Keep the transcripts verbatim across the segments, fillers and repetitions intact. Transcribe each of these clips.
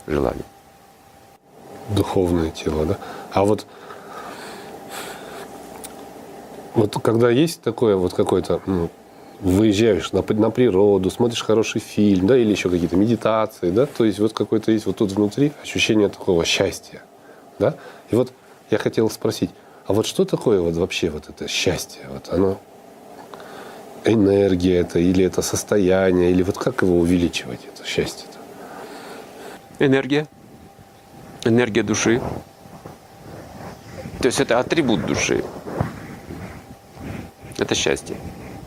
желания. Духовное тело, да? А вот, вот когда есть такое вот какое-то, ну, выезжаешь на, на природу, смотришь хороший фильм, да, или еще какие-то медитации, да, то есть вот какое-то есть вот тут внутри ощущение такого счастья, да? И вот я хотел спросить, а вот что такое вот вообще вот это счастье? Вот оно энергия это или это состояние, или вот как его увеличивать, это счастье-то? Энергия. Энергия души. То есть это атрибут души. Это счастье.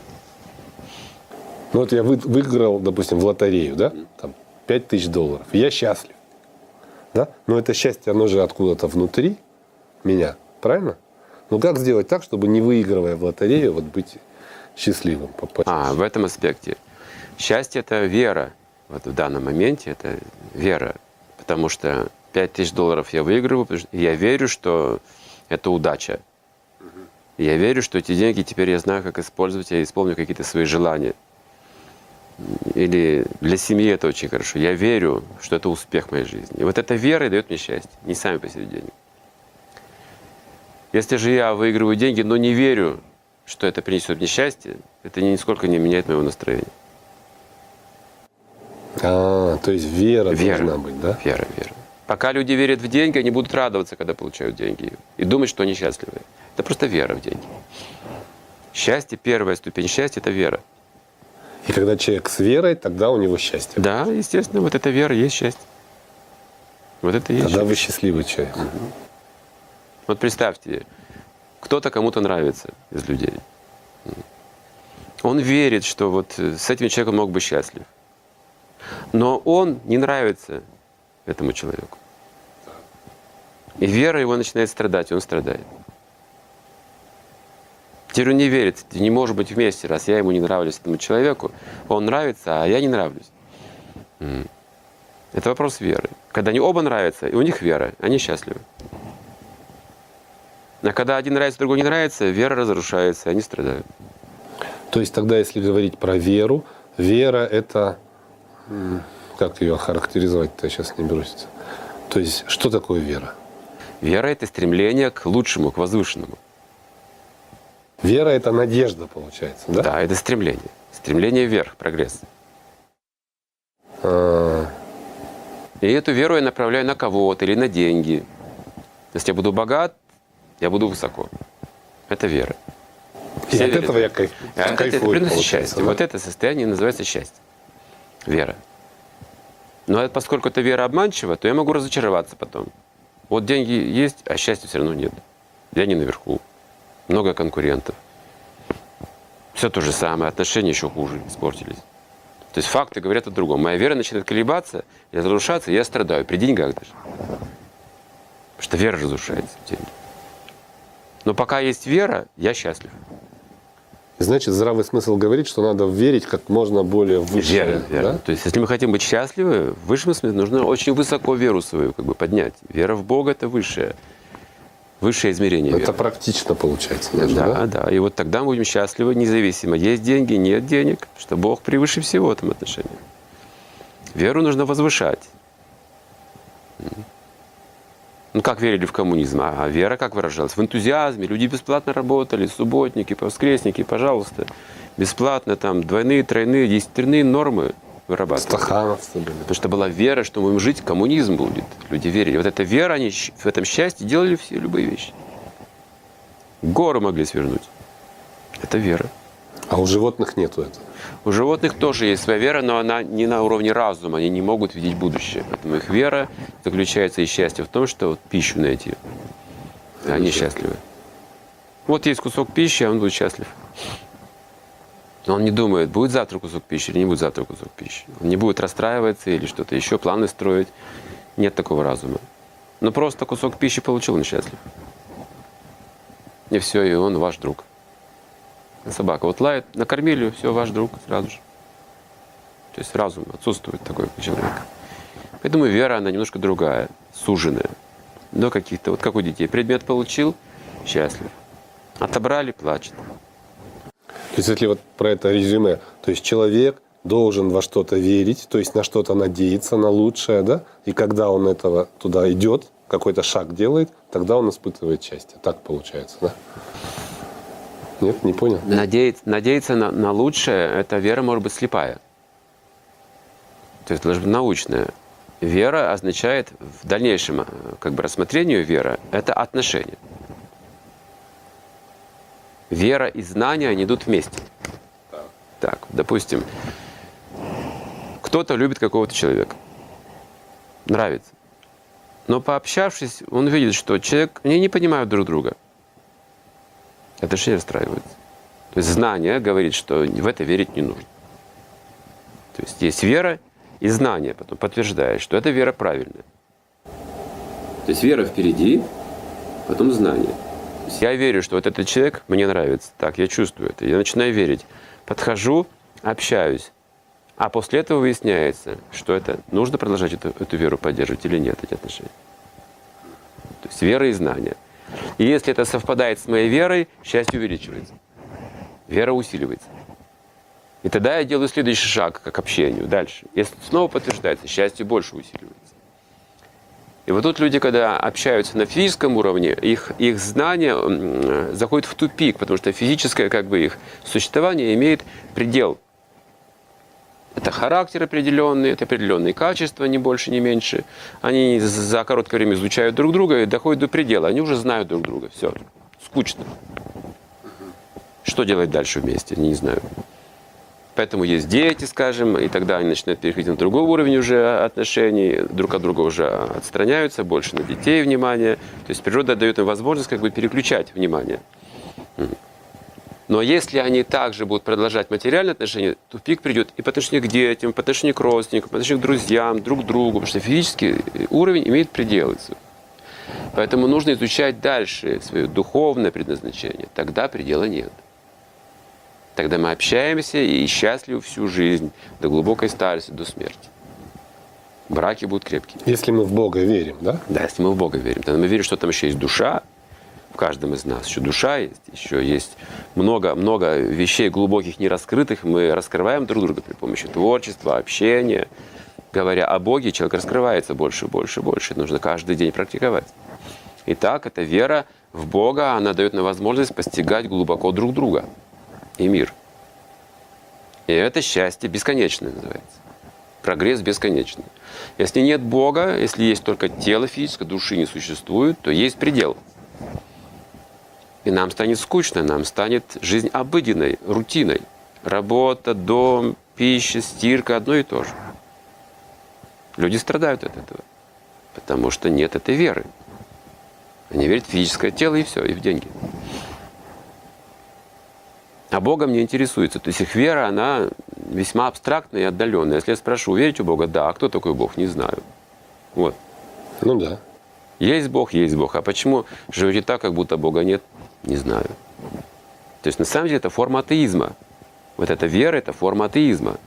Ну вот я вы, выиграл, допустим, в лотерею, да, там пять тысяч долларов. Я счастлив, да? Но это счастье, оно же откуда-то внутри меня, правильно? Ну как сделать так, чтобы не выигрывая в лотерею, вот быть счастливым? Попасть? А, в этом аспекте. Счастье — это вера. Вот в данном моменте это вера. Потому что пять тысяч долларов я выигрываю, потому что я верю, что это удача. Я верю, что эти деньги теперь я знаю, как использовать, я исполню какие-то свои желания. Или для семьи это очень хорошо. Я верю, что это успех моей жизни. И вот эта вера дает мне счастье, не сами по себе деньги. Если же я выигрываю деньги, но не верю, что это принесет мне счастье, это нисколько не меняет моего настроения. А, то есть вера, вера должна быть, да? Вера, вера. Пока люди верят в деньги, они будут радоваться, когда получают деньги. И думать, что они счастливы. Это просто вера в деньги. Счастье, первая ступень счастья — это вера. И когда человек с верой, тогда у него счастье. Да, естественно, вот эта вера есть счастье. Вот это и есть Тогда счастье. вы счастливый человек. Угу. Вот представьте, кто-то кому-то нравится из людей. Он верит, что вот с этим человеком мог быть счастлив. Но он не нравится этому человеку. И вера его начинает страдать, и он страдает. Теперь он не верит, не может быть вместе, раз я ему не нравлюсь, этому человеку. Он нравится, а я не нравлюсь. Это вопрос веры. Когда они оба нравятся, и у них вера, они счастливы. А когда один нравится, другой не нравится, вера разрушается, и они страдают. То есть тогда, если говорить про веру, вера — это... Как ее охарактеризовать-то, я сейчас не берусь. То есть что такое вера? Вера — это стремление к лучшему, к возвышенному. Вера — это надежда, получается, да? Да, это стремление. Стремление вверх, прогресс. А... И эту веру я направляю на кого-то или на деньги. Если я буду богат, я буду высоко. Это вера. И от этого я кайф... а кайфую. Это приносит счастье. Да? Вот это состояние называется счастье. Вера. Но поскольку эта вера обманчива, то я могу разочароваться потом. Вот деньги есть, а счастья все равно нет. Я не наверху. Много конкурентов. Все то же самое, отношения еще хуже, испортились. То есть факты говорят о другом. Моя вера начинает колебаться, и разрушаться, и я страдаю, при деньгах даже. Потому что вера разрушается в деньги. Но пока есть вера, я счастлив. Значит, здравый смысл говорит, что надо верить как можно более выше. Верно, верно. Да? То есть, если мы хотим быть счастливы, в высшем смысле нужно очень высоко веру свою как бы поднять. Вера в Бога — это высшее. Высшее измерение Это веры. практично получается. Даже, да, да, да. И вот тогда мы будем счастливы, независимо, есть деньги, нет денег, что Бог превыше всего в этом отношении. Веру нужно возвышать. Ну, как верили в коммунизм? А вера как выражалась? В энтузиазме. Люди бесплатно работали, субботники, воскресники, пожалуйста. Бесплатно там двойные, тройные, десятерные нормы вырабатывали. Стахановцы были. Потому что была вера, что мы будем жить, коммунизм будет. Люди верили. Вот эта вера, они в этом счастье делали все любые вещи. Горы могли свернуть. Это вера. А у животных нету этого. У животных тоже есть своя вера, но она не на уровне разума, они не могут видеть будущее. Поэтому их вера заключается и счастье в том, что вот пищу найти. Они счастливы. Вот есть кусок пищи, а он будет счастлив. Но он не думает, будет завтра кусок пищи или не будет завтра кусок пищи. Он не будет расстраиваться или что-то еще, планы строить. Нет такого разума. Но просто кусок пищи получил, он счастлив. И все, и он ваш друг. Собака вот лает, накормили, все, ваш друг сразу же. То есть разум отсутствует такой у человека. Поэтому вера, она немножко другая, суженная. До каких-то, вот как у детей. Предмет получил, счастлив. Отобрали, плачет. То есть, если вот про это резюме, то есть человек должен во что-то верить, то есть на что-то надеяться, на лучшее, да? И когда он этого туда идет, какой-то шаг делает, тогда он испытывает счастье. Так получается, да? Нет, не понял? Надеяться, надеяться на, на лучшее, эта вера может быть слепая. То есть должна быть научная. Вера означает в дальнейшем как бы, рассмотрению вера – это отношение. Вера и знания, они идут вместе. Так, допустим, кто-то любит какого-то человека, нравится. Но пообщавшись, он видит, что человек, они не понимают друг друга. Отношения расстраиваются. То есть знание говорит, что в это верить не нужно. То есть есть вера и знание, потом подтверждает, что эта вера правильная. То есть вера впереди, потом знание. То есть я верю, что вот этот человек мне нравится. Так, я чувствую это. Я начинаю верить. Подхожу, общаюсь. А после этого выясняется, что это нужно продолжать эту, эту веру поддерживать или нет, эти отношения. То есть вера и знание. И если это совпадает с моей верой, счастье увеличивается. Вера усиливается. И тогда я делаю следующий шаг к общению дальше. Если снова подтверждается, счастье больше усиливается. И вот тут люди, когда общаются на физическом уровне, их, их знания заходят в тупик, потому что физическое как бы, их существование имеет предел. Это характер определенный, это определенные качества, ни больше, ни меньше. Они за короткое время изучают друг друга и доходят до предела. Они уже знают друг друга. Все. Скучно. Что делать дальше вместе? Не знаю. Поэтому есть дети, скажем, и тогда они начинают переходить на другой уровень уже отношений, друг от друга уже отстраняются, больше на детей внимание. То есть природа дает им возможность как бы переключать внимание. Но если они также будут продолжать материальные отношения, тупик придет и по отношению к детям, по отношению к родственникам, по отношению к друзьям, друг к другу, потому что физический уровень имеет пределы. Поэтому нужно изучать дальше свое духовное предназначение. Тогда предела нет. Тогда мы общаемся и счастливы всю жизнь, до глубокой старости, до смерти. Браки будут крепкие. Если мы в Бога верим, да? Да, если мы в Бога верим. Тогда мы верим, что там еще есть душа, в каждом из нас еще душа есть, еще есть много-много вещей глубоких, нераскрытых. Мы раскрываем друг друга при помощи творчества, общения. Говоря о Боге, человек раскрывается больше, больше, больше. Это нужно каждый день практиковать. Итак, эта вера в Бога, она дает нам возможность постигать глубоко друг друга и мир. И это счастье бесконечное называется. Прогресс бесконечный. Если нет Бога, если есть только тело физическое, души не существует, то есть предел. И нам станет скучно, нам станет жизнь обыденной, рутиной. Работа, дом, пища, стирка – одно и то же. Люди страдают от этого, потому что нет этой веры. Они верят в физическое тело и все, и в деньги. А Богом не интересуется. То есть их вера, она весьма абстрактная и отдаленная. Если я спрошу, верите в Бога? Да. А кто такой Бог? Не знаю. Вот. Ну да. Есть Бог, есть Бог. А почему живете так, как будто Бога нет? Не знаю. То есть на самом деле это форма атеизма. Вот эта вера – это форма атеизма.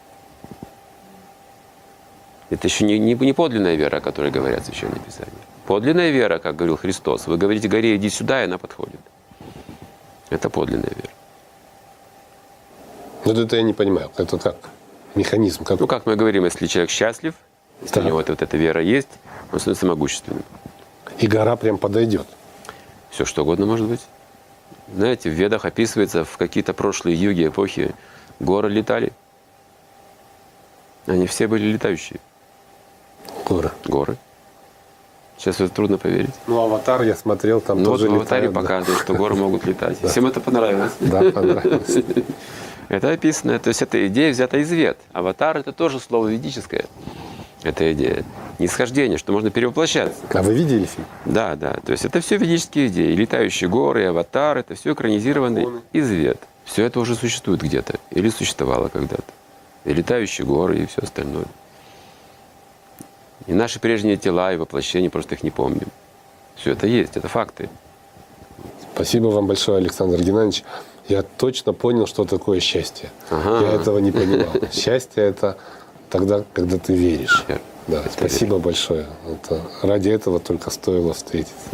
Это еще не, не, не подлинная вера, о которой говорят в Священном Писании. Подлинная вера, как говорил Христос, вы говорите горе, иди сюда, и она подходит. Это подлинная вера. Вот это я не понимаю. Это как? Механизм какой? Ну, как мы говорим, если человек счастлив, если Так. у него вот, вот эта вера есть, он становится могущественным. И гора прям подойдет. Все что угодно может быть. Знаете, в Ведах описывается, в какие-то прошлые юги, эпохи горы летали. Они все были летающие. Гора. Горы. Сейчас это трудно поверить. Ну, «Аватар» я смотрел, там Ну вот тоже в «Аватаре» летают, да. показывают, что горы могут летать. Всем это понравилось. Да, понравилось. Это описано. То есть эта идея взята из Вед. «Аватар» — это тоже слово ведическое. Эта идея. Нисхождение, что можно перевоплощаться. А вы видели фильм? Да, да. То есть это все ведические идеи. И летающие горы, и «Аватар» — это все экранизированные из Вед. Все это уже существует где-то. Или существовало когда-то. И летающие горы, и все остальное. И наши прежние тела и воплощения, просто их не помним. Все это есть, это факты. Спасибо вам большое, Александр Геннадьевич. Я точно понял, что такое счастье. Ага. Я этого не понимал. Счастье – это тогда, когда ты веришь. Верно. Да, спасибо большое. Это, ради этого только стоило встретиться.